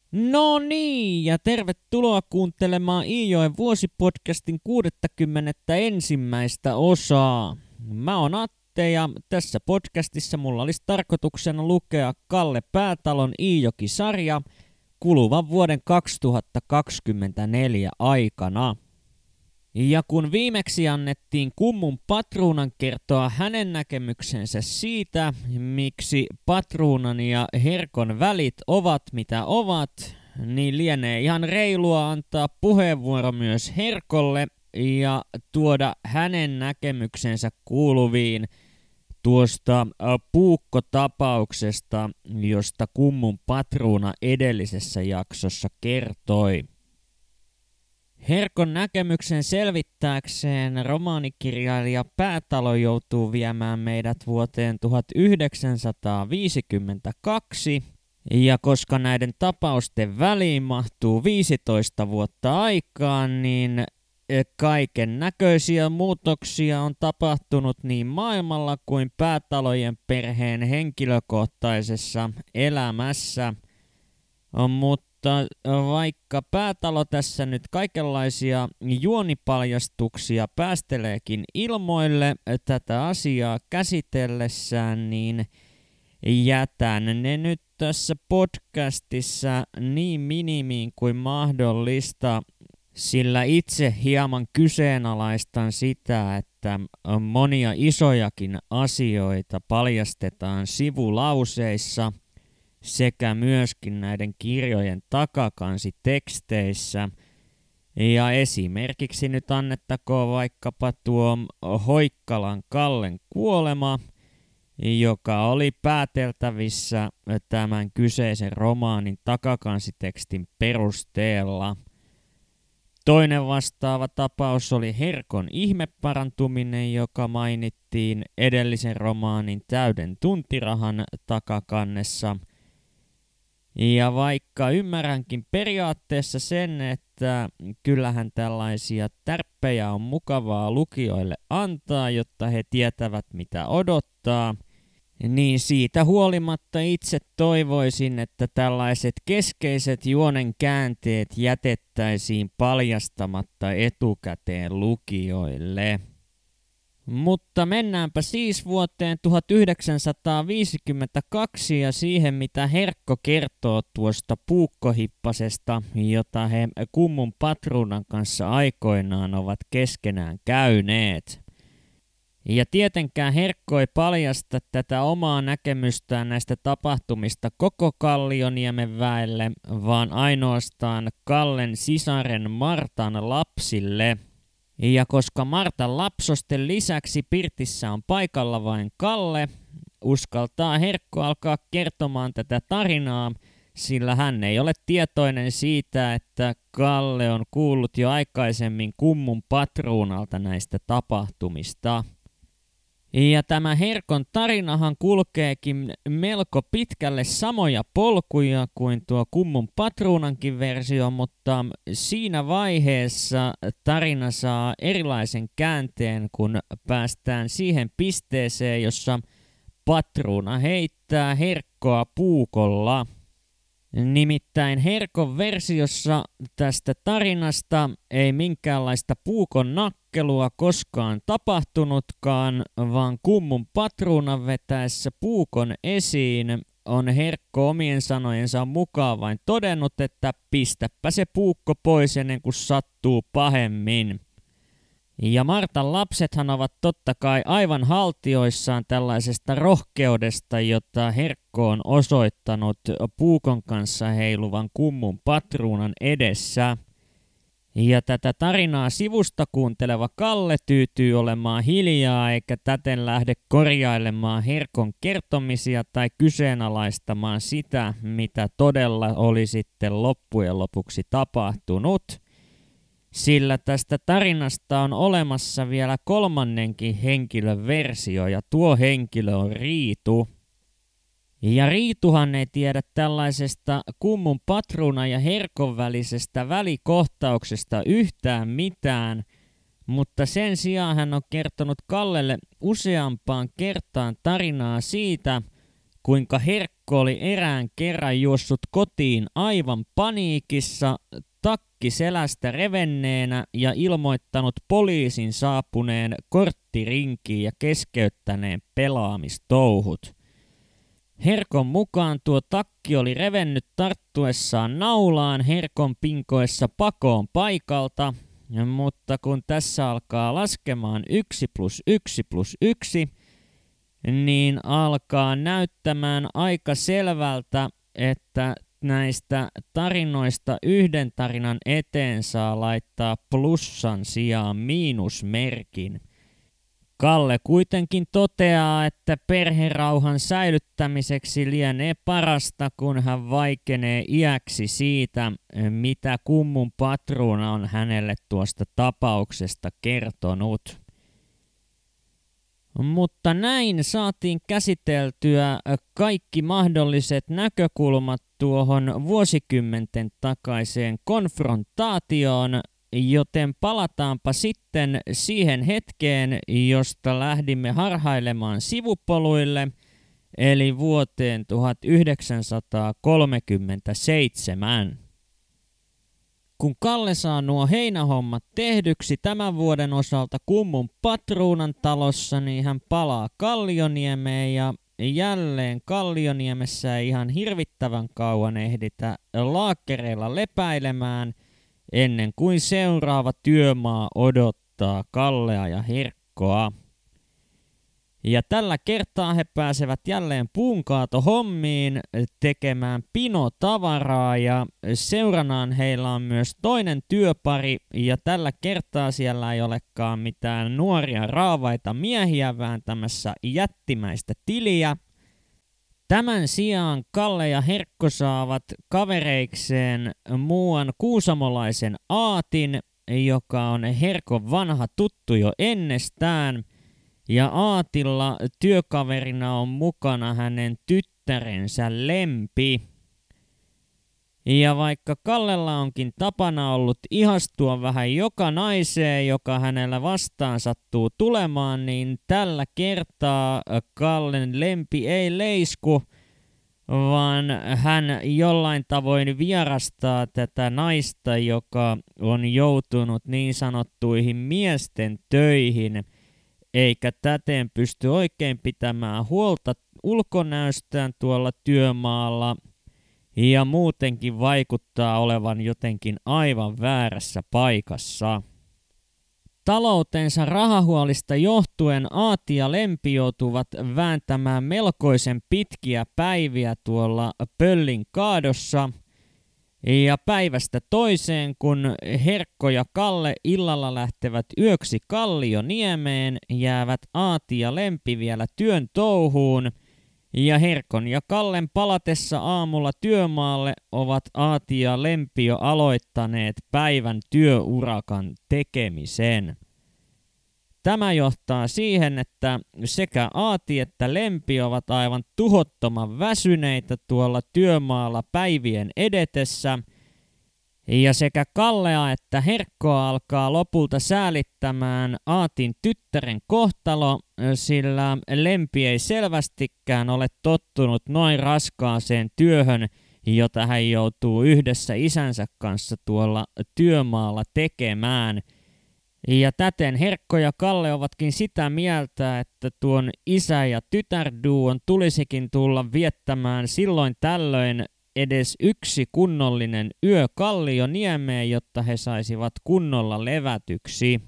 No niin, ja tervetuloa kuuntelemaan Iijoen vuosipodcastin 61. osaa. Mä oon Atte ja tässä podcastissa mulla olisi tarkoituksena lukea Kalle Päätalon Iijoki-sarja kuluvan vuoden 2024 aikana. Ja kun viimeksi annettiin Kummun patruunan kertoa hänen näkemyksensä siitä, miksi patruunan ja Herkon välit ovat mitä ovat, niin lienee ihan reilua antaa puheenvuoro myös Herkolle ja tuoda hänen näkemyksensä kuuluviin tuosta puukkotapauksesta, josta Kummun patruuna edellisessä jaksossa kertoi. Herkon näkemyksen selvittääkseen romaanikirjailija Päätalo joutuu viemään meidät vuoteen 1952, ja koska näiden tapausten väliin mahtuu 15 vuotta aikaan, niin kaiken näköisiä muutoksia on tapahtunut niin maailmalla kuin Päätalojen perheen henkilökohtaisessa elämässä, mutta vaikka Päätalo tässä nyt kaikenlaisia juonipaljastuksia päästeleekin ilmoille tätä asiaa käsitellessään, niin jätän ne nyt tässä podcastissa niin minimiin kuin mahdollista, sillä itse hieman kyseenalaistan sitä, että monia isojakin asioita paljastetaan sivulauseissa sekä myöskin näiden kirjojen takakansiteksteissä. Ja esimerkiksi nyt annettakoon vaikkapa tuo Hoikkalan Kallen kuolema, joka oli pääteltävissä tämän kyseisen romaanin takakansitekstin perusteella. Toinen vastaava tapaus oli Herkon ihmeparantuminen, joka mainittiin edellisen romaanin Täyden tuntirahan takakannessa. Ja vaikka ymmärränkin periaatteessa sen, että kyllähän tällaisia tärppejä on mukavaa lukijoille antaa, jotta he tietävät mitä odottaa, niin siitä huolimatta itse toivoisin, että tällaiset keskeiset juonen käänteet jätettäisiin paljastamatta etukäteen lukijoille. Mutta mennäänpä siis vuoteen 1952 ja siihen, mitä Herkko kertoo tuosta puukkohippasesta, jota he Kummun patruunan kanssa aikoinaan ovat keskenään käyneet. Ja tietenkään Herkko ei paljasta tätä omaa näkemystään näistä tapahtumista koko Kallioniemen väelle, vaan ainoastaan Kallen sisaren Martan lapsille. Ja koska Martan lapsosten lisäksi pirtissä on paikalla vain Kalle, uskaltaa Herkko alkaa kertomaan tätä tarinaa, sillä hän ei ole tietoinen siitä, että Kalle on kuullut jo aikaisemmin Kummun patruunalta näistä tapahtumista. Ja tämä Herkon tarinahan kulkeekin melko pitkälle samoja polkuja kuin tuo Kummun patruunankin versio, mutta siinä vaiheessa tarina saa erilaisen käänteen, kun päästään siihen pisteeseen, jossa patruuna heittää Herkkoa puukolla. Nimittäin Herkon versiossa tästä tarinasta ei minkäänlaista puukon nakkelua koskaan tapahtunutkaan, vaan Kummun patruunan vetäessä puukon esiin on Herkko omien sanojensa mukaan vain todennut, että pistäpä se puukko pois ennen kuin sattuu pahemmin. Ja Martan lapsethan ovat totta kai aivan haltioissaan tällaisesta rohkeudesta, jota Herkko on osoittanut puukon kanssa heiluvan Kummun patruunan edessä. Ja tätä tarinaa sivusta kuunteleva Kalle tyytyy olemaan hiljaa eikä täten lähde korjailemaan Herkon kertomisia tai kyseenalaistamaan sitä, mitä todella oli sitten loppujen lopuksi tapahtunut. Sillä tästä tarinasta on olemassa vielä kolmannenkin henkilön versio ja tuo henkilö on Riitu. Ja Riituhan ei tiedä tällaisesta Kummun patruunan ja Herkon välisestä välikohtauksesta yhtään mitään, mutta sen sijaan hän on kertonut Kallelle useampaan kertaan tarinaa siitä, kuinka Herkko oli erään kerran juossut kotiin aivan paniikissa, takki selästä revenneenä ja ilmoittanut poliisin saapuneen korttirinkiin ja keskeyttäneen pelaamistouhut. Herkon mukaan tuo takki oli revennyt tarttuessaan naulaan Herkon pinkoessa pakoon paikalta, mutta kun tässä alkaa laskemaan 1+1+1, niin alkaa näyttämään aika selvältä, että näistä tarinoista yhden tarinan eteen saa laittaa plussan sijaan miinusmerkin. Kalle kuitenkin toteaa, että perherauhan säilyttämiseksi lienee parasta, kun hän vaikenee iäksi siitä, mitä Kummun patruuna on hänelle tuosta tapauksesta kertonut. Mutta näin saatiin käsiteltyä kaikki mahdolliset näkökulmat tuohon vuosikymmenten takaiseen konfrontaatioon, joten palataanpa sitten siihen hetkeen, josta lähdimme harhailemaan sivupoluille, eli vuoteen 1937. Kun Kalle saa nuo heinähommat tehdyksi tämän vuoden osalta Kummun patruunan talossa, niin hän palaa Kallioniemeen ja jälleen Kallioniemessä ei ihan hirvittävän kauan ehditä laakkereilla lepäilemään, ennen kuin seuraava työmaa odottaa Kallea ja Herkkoa. Ja tällä kertaa he pääsevät jälleen puunkaatohommiin tekemään pinotavaraa ja seuranaan heillä on myös toinen työpari ja tällä kertaa siellä ei olekaan mitään nuoria raavaita miehiä vääntämässä jättimäistä tiliä. Tämän sijaan Kalle ja Herkko saavat kavereikseen muuan kuusamolaisen Aatin, joka on Herkon vanha tuttu jo ennestään. Ja Aatilla työkaverina on mukana hänen tyttärensä Lempi. Ja vaikka Kallella onkin tapana ollut ihastua vähän joka naiseen, joka hänellä vastaan sattuu tulemaan, niin tällä kertaa Kallen Lempi ei leisku, vaan hän jollain tavoin vierastaa tätä naista, joka on joutunut niin sanottuihin miesten töihin, eikä täten pysty oikein pitämään huolta ulkonäöstään tuolla työmaalla ja muutenkin vaikuttaa olevan jotenkin aivan väärässä paikassa. Taloutensa rahahuolista johtuen Aati ja Lempi joutuvat vääntämään melkoisen pitkiä päiviä tuolla pöllin kaadossa. Ja päivästä toiseen, kun Herkko ja Kalle illalla lähtevät yöksi Kallioniemeen, jäävät Aati ja Lempi vielä työn touhuun. Ja Herkon ja Kallen palatessa aamulla työmaalle ovat Aati ja Lempi jo aloittaneet päivän työurakan tekemisen. Tämä johtaa siihen, että sekä Aati että Lempi ovat aivan tuhottoman väsyneitä tuolla työmaalla päivien edetessä. Ja sekä Kallea että Herkkoa alkaa lopulta säälittämään Aatin tyttären kohtalo, sillä Lempi ei selvästikään ole tottunut noin raskaaseen työhön, jota hän joutuu yhdessä isänsä kanssa tuolla työmaalla tekemään. Ja täten Herkko ja Kalle ovatkin sitä mieltä, että tuon isä- ja tytärduon tulisikin tulla viettämään silloin tällöin edes yksi kunnollinen yö Kallioniemeen, jotta he saisivat kunnolla levätyksi.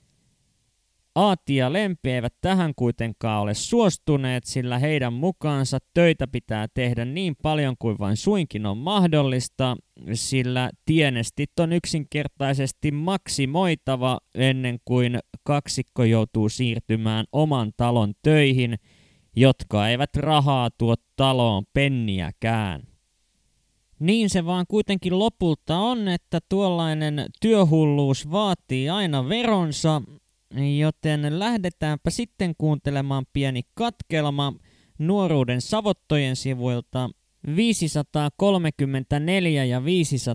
Aati ja Lempi eivät tähän kuitenkaan ole suostuneet, sillä heidän mukaansa töitä pitää tehdä niin paljon kuin vain suinkin on mahdollista, sillä tienestit on yksinkertaisesti maksimoitava ennen kuin kaksikko joutuu siirtymään oman talon töihin, jotka eivät rahaa tuo taloon penniäkään. Niin se vaan kuitenkin lopulta on, että tuollainen työhulluus vaatii aina veronsa, joten lähdetäänpä sitten kuuntelemaan pieni katkelma nuoruuden savottojen sivuilta 534 ja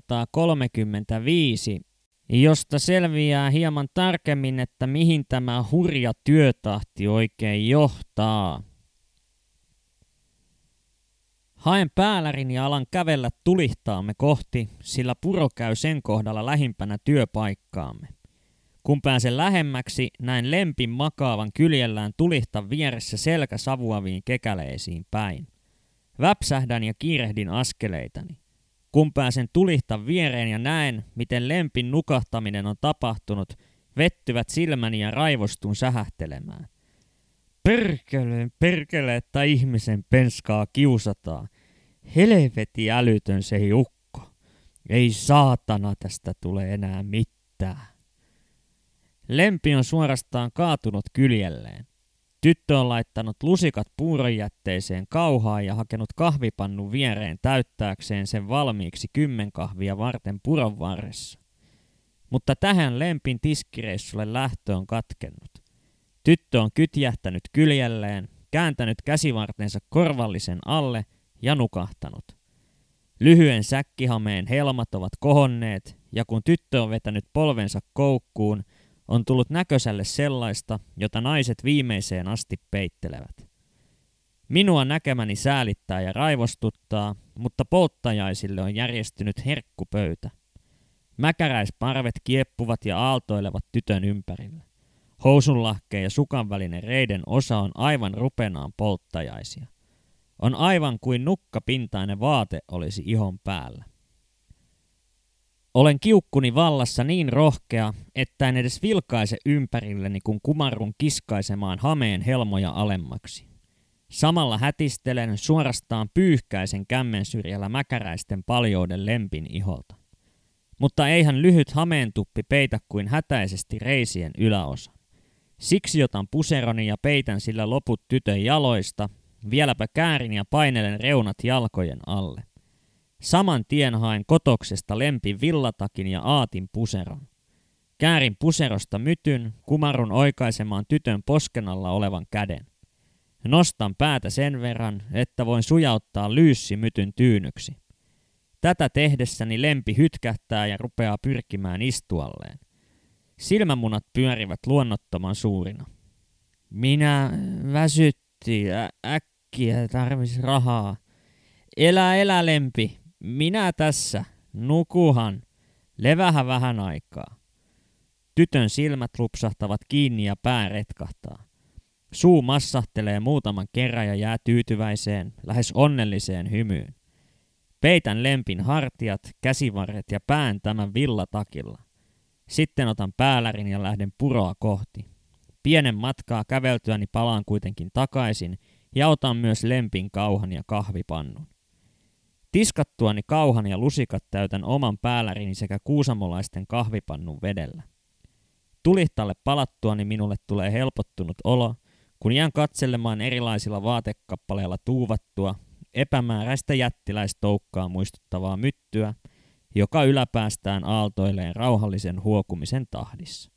535, josta selviää hieman tarkemmin, että mihin tämä hurja työtahti oikein johtaa. Haen päälärin ja alan kävellä tulihtaamme kohti, sillä puro käy sen kohdalla lähimpänä työpaikkaamme. Kun pääsen lähemmäksi, näin Lempin makaavan kyljellään tulihtan vieressä selkä savuaviin kekäleisiin päin. Väpsähdän ja kiirehdin askeleitani. Kun pääsen tulihtan viereen ja näen, miten Lempin nukahtaminen on tapahtunut, vettyvät silmäni ja raivostun sähähtelemään. Perkele, että ihmisen penskaa kiusataan. Helveti älytön se Jukko. Ei saatana tästä tule enää mitään. Lempi on suorastaan kaatunut kyljelleen. Tyttö on laittanut lusikat puuronjätteeseen kauhaan ja hakenut kahvipannun viereen täyttääkseen sen valmiiksi 10 kahvia varten puron varressa. Mutta tähän Lempin tiskireissulle lähtö on katkennut. Tyttö on kytjähtänyt kyljelleen, kääntänyt käsivartensa korvallisen alle ja nukahtanut. Lyhyen säkkihameen helmat ovat kohonneet, ja kun tyttö on vetänyt polvensa koukkuun, on tullut näköiselle sellaista, jota naiset viimeiseen asti peittelevät. Minua näkemäni säälittää ja raivostuttaa, mutta polttajaisille on järjestynyt herkkupöytä. Mäkäräisparvet kieppuvat ja aaltoilevat tytön ympärillä. Housunlahkeen ja sukan välinen reiden osa on aivan rupenaan polttajaisia. On aivan kuin nukkapintainen vaate olisi ihon päällä. Olen kiukkuni vallassa niin rohkea, että en edes vilkaise ympärilleni, kun kumarrun kiskaisemaan hameen helmoja alemmaksi. Samalla hätistelen suorastaan pyyhkäisen kämmen syrjällä mäkäräisten paljouden Lempin iholta. Mutta eihän lyhyt hameentuppi peitä kuin hätäisesti reisien yläosan. Siksi otan puseroni ja peitän sillä loput tytön jaloista, vieläpä käärin ja painelen reunat jalkojen alle. Saman tien haen kotoksesta Lempin villatakin ja aatin puseron. Käärin puserosta mytyn, kumarrun oikaisemaan tytön posken alla olevan käden. Nostan päätä sen verran, että voin sujauttaa lyyssimytyn tyynyksi. Tätä tehdessäni Lempi hytkähtää ja rupeaa pyrkimään istualleen. Silmämunat pyörivät luonnottoman suurina. Minä väsytti äkkiä, tarvis rahaa. Elä Lempi, minä tässä, nukuhan, levähä vähän aikaa. Tytön silmät lupsahtavat kiinni ja pää retkahtaa. Suu massahtelee muutaman kerran ja jää tyytyväiseen, lähes onnelliseen hymyyn. Peitän Lempin hartiat, käsivarret ja pään tämän villatakilla. Sitten otan päälärin ja lähden puroa kohti. Pienen matkaa käveltyäni palaan kuitenkin takaisin ja otan myös Lempin kauhan ja kahvipannun. Tiskattuani kauhan ja lusikat täytän oman päälärini sekä kuusamolaisten kahvipannun vedellä. Tulihtalle palattuani minulle tulee helpottunut olo, kun jään katselemaan erilaisilla vaatekappaleilla tuuvattua, epämääräistä jättiläistoukkaa muistuttavaa myttyä, joka yläpäästään aaltoilee rauhallisen huokumisen tahdissa.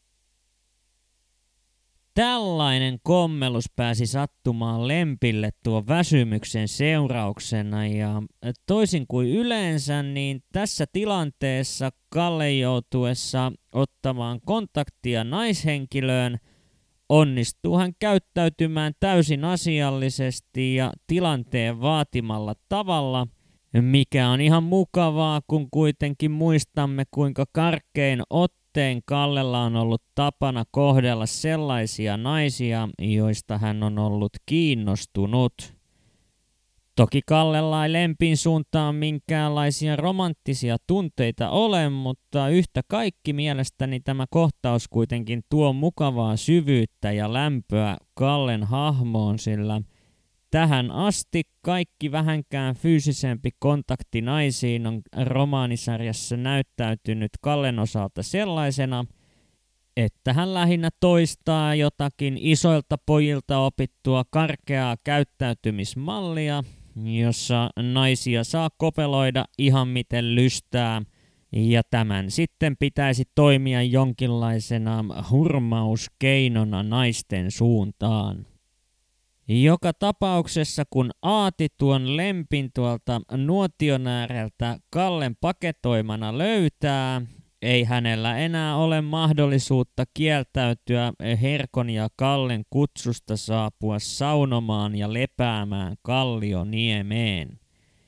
Tällainen kommellus pääsi sattumaan Lempille tuon väsymyksen seurauksena ja toisin kuin yleensä, niin tässä tilanteessa Kalle joutuessa ottamaan kontaktia naishenkilöön onnistuu hän käyttäytymään täysin asiallisesti ja tilanteen vaatimalla tavalla, mikä on ihan mukavaa, kun kuitenkin muistamme kuinka karkein otteen Kallella on ollut tapana kohdella sellaisia naisia, joista hän on ollut kiinnostunut. Toki Kallella ei Lempin suuntaan minkäänlaisia romanttisia tunteita ole, mutta yhtä kaikki mielestäni tämä kohtaus kuitenkin tuo mukavaa syvyyttä ja lämpöä Kallen hahmoon, sillä tähän asti kaikki vähänkään fyysisempi kontakti naisiin on romaanisarjassa näyttäytynyt Kallen osalta sellaisena, että hän lähinnä toistaa jotakin isoilta pojilta opittua karkeaa käyttäytymismallia, jossa naisia saa kopeloida ihan miten lystää, ja tämän sitten pitäisi toimia jonkinlaisena hurmauskeinona naisten suuntaan. Joka tapauksessa, kun Aati tuon Lempin tuolta nuotion ääreltä Kallen paketoimana löytää, ei hänellä enää ole mahdollisuutta kieltäytyä Herkon ja Kallen kutsusta saapua saunomaan ja lepäämään Kallioniemeen.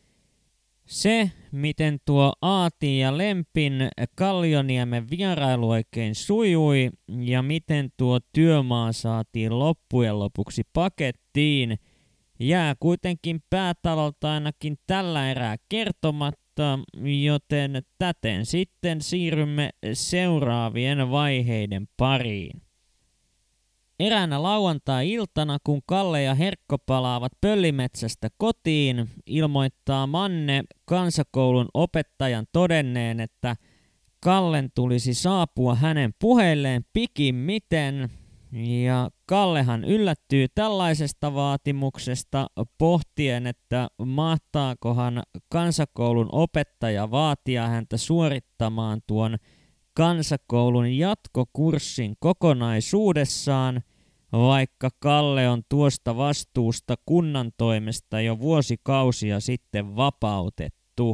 Se, miten tuo Aatin ja Lempin Kallioniemen vierailu oikein sujui ja miten tuo työmaa saatiin loppujen lopuksi pakettiin, jää kuitenkin päätalolta ainakin tällä erää kertomatta, joten täten sitten siirrymme seuraavien vaiheiden pariin. Eräänä lauantai-iltana, kun Kalle ja Herkko palaavat Pöllimetsästä kotiin, ilmoittaa Manne kansakoulun opettajan todenneen, että Kallen tulisi saapua hänen puheilleen pikimmiten. Ja Kallehan yllättyy tällaisesta vaatimuksesta pohtien, että mahtaakohan kansakoulun opettaja vaatia häntä suorittamaan tuon kansakoulun jatkokurssin kokonaisuudessaan, vaikka Kalle on tuosta vastuusta kunnan toimesta jo vuosikausia sitten vapautettu.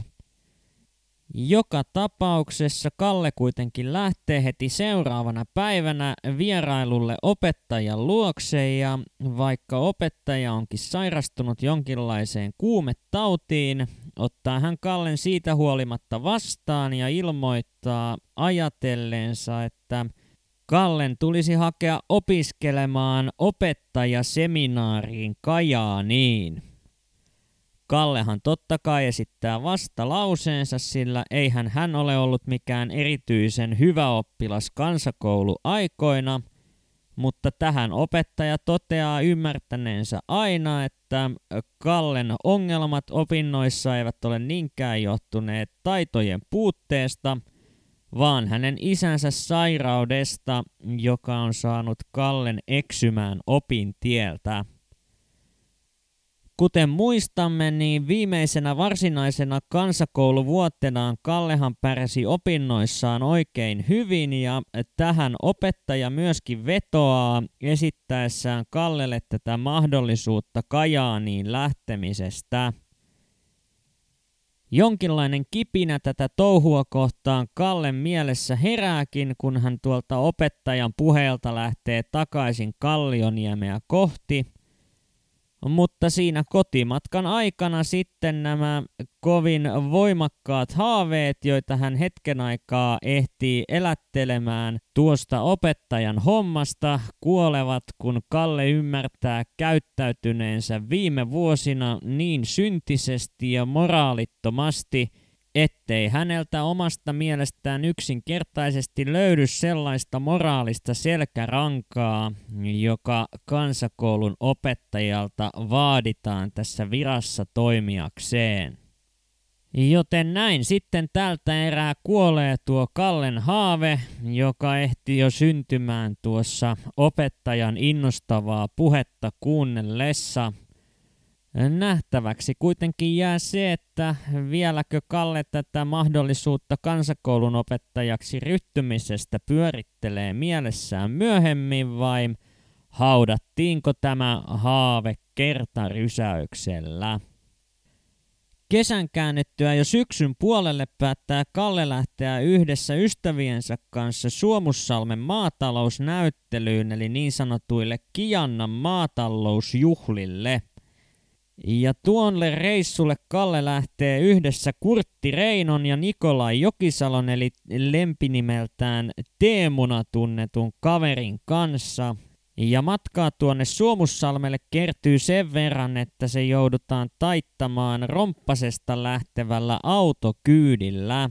Joka tapauksessa Kalle kuitenkin lähtee heti seuraavana päivänä vierailulle opettajan luokse, ja vaikka opettaja onkin sairastunut jonkinlaiseen kuumetautiin, ottaa hän Kallen siitä huolimatta vastaan ja ilmoittaa ajatelleensa, että Kallen tulisi hakea opiskelemaan opettajaseminaariin Kajaaniin. Kallehan totta kai esittää vastalauseensa, sillä eihän hän ole ollut mikään erityisen hyvä oppilas kansakouluaikoina, mutta tähän opettaja toteaa ymmärtäneensä aina, että Kallen ongelmat opinnoissa eivät ole niinkään johtuneet taitojen puutteesta, vaan hänen isänsä sairaudesta, joka on saanut Kallen eksymään opintieltä. Kuten muistamme, niin viimeisenä varsinaisena kansakouluvuotenaan Kallehan pärjäsi opinnoissaan oikein hyvin, ja tähän opettaja myöskin vetoaa esittäessään Kallelle tätä mahdollisuutta Kajaaniin lähtemisestä. Jonkinlainen kipinä tätä touhua kohtaan Kallen mielessä herääkin, kun hän tuolta opettajan puheelta lähtee takaisin Kallioniemeä kohti. Mutta siinä kotimatkan aikana sitten nämä kovin voimakkaat haaveet, joita hän hetken aikaa ehtii elättelemään tuosta opettajan hommasta, kuolevat, kun Kalle ymmärtää käyttäytyneensä viime vuosina niin syntisesti ja moraalittomasti, ettei häneltä omasta mielestään yksinkertaisesti löydy sellaista moraalista selkärankaa, joka kansakoulun opettajalta vaaditaan tässä virassa toimijakseen. Joten näin sitten tältä erää kuolee tuo Kallen haave, joka ehti jo syntymään tuossa opettajan innostavaa puhetta kuunnellessa. Nähtäväksi kuitenkin jää se, että vieläkö Kalle tätä mahdollisuutta kansakoulun opettajaksi ryhtymisestä pyörittelee mielessään myöhemmin, vai haudattiinko tämä haave kertarysäyksellä. Kesän käännyttyä jo syksyn puolelle päättää Kalle lähteä yhdessä ystäviensä kanssa Suomussalmen maatalousnäyttelyyn, eli niin sanotuille Kiannan maatalousjuhlille. Ja tuonne reissulle Kalle lähtee yhdessä Kurtti Reinon ja Nikolai Jokisalon eli lempinimeltään Teemuna tunnetun kaverin kanssa. Ja matkaa tuonne Suomussalmelle kertyy sen verran, että se joudutaan taittamaan Romppasesta lähtevällä autokyydillä.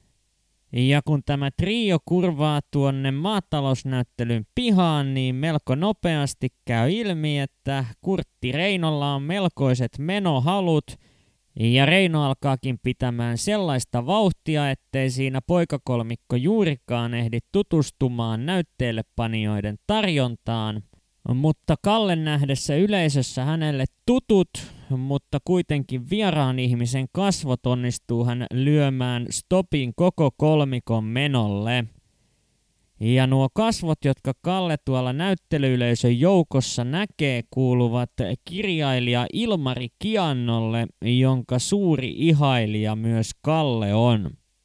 Ja kun tämä trio kurvaa tuonne maatalousnäyttelyn pihaan, niin melko nopeasti käy ilmi, että Kurtti Reinolla on melkoiset menohalut, ja Reino alkaakin pitämään sellaista vauhtia, ettei siinä poikakolmikko juurikaan ehdi tutustumaan näytteellepanijoiden tarjontaan. Mutta Kallen nähdessä yleisössä hänelle tutut, mutta kuitenkin vieraan ihmisen kasvot onnistuu hän lyömään stopin koko kolmikon menolle. Ja nuo kasvot, jotka Kalle tuolla näyttelyyleisön joukossa näkee, kuuluvat kirjailija Ilmari Kiannolle, jonka suuri ihailija myös Kalle on.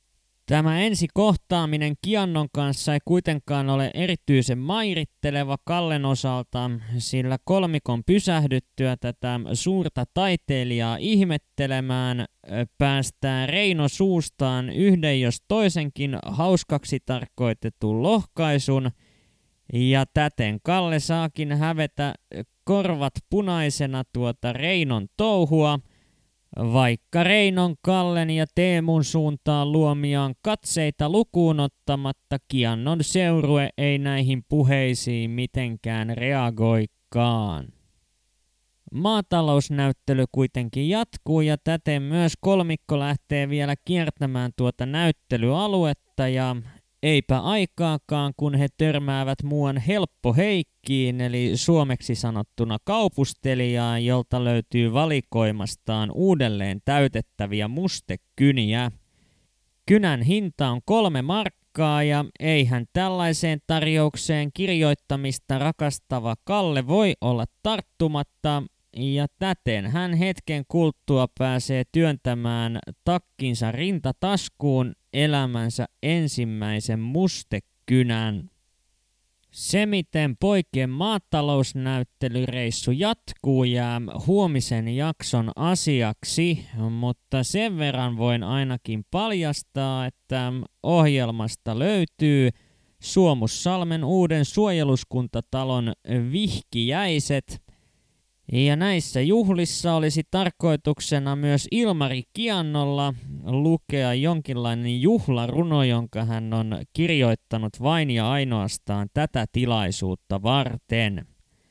Tämä ensi kohtaaminen Kiannon kanssa ei kuitenkaan ole erityisen mairitteleva Kallen osalta, sillä kolmikon pysähdyttyä tätä suurta taiteilijaa ihmettelemään päästää Reino suustaan yhden jos toisenkin hauskaksi tarkoitetun lohkaisun, ja täten Kalle saakin hävetä korvat punaisena tuota Reinon touhua, vaikka Reinon, Kallen ja Teemun suuntaan luomiaan katseita lukuun ottamatta Kiannon seurue ei näihin puheisiin mitenkään reagoikaan. Maatalousnäyttely kuitenkin jatkuu ja täten myös kolmikko lähtee vielä kiertämään tuota näyttelyaluetta ja eipä aikaakaan, kun he törmäävät muuan Helppo Heikkiin, eli suomeksi sanottuna kaupustelijaan, jolta löytyy valikoimastaan uudelleen täytettäviä mustekyniä. Kynän hinta on 3 markkaa ja eihän tällaiseen tarjoukseen kirjoittamista rakastava Kalle voi olla tarttumatta, ja täten hän hetken kuluttua pääsee työntämään takkinsa rintataskuun elämänsä ensimmäisen mustekynän. Se, miten poikien maatalousnäyttelyreissu jatkuu, jää huomisen jakson asiaksi, mutta sen verran voin ainakin paljastaa, että ohjelmasta löytyy Suomussalmen uuden suojeluskuntatalon vihkijäiset, ja näissä juhlissa olisi tarkoituksena myös Ilmari Kiannolla lukea jonkinlainen juhlaruno, jonka hän on kirjoittanut vain ja ainoastaan tätä tilaisuutta varten.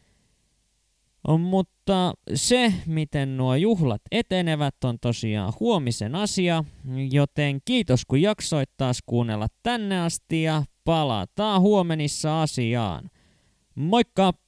Mutta se, miten nuo juhlat etenevät, on tosiaan huomisen asia, joten kiitos kun jaksoit taas kuunnella tänne asti ja palataan huomenissa asiaan. Moikka!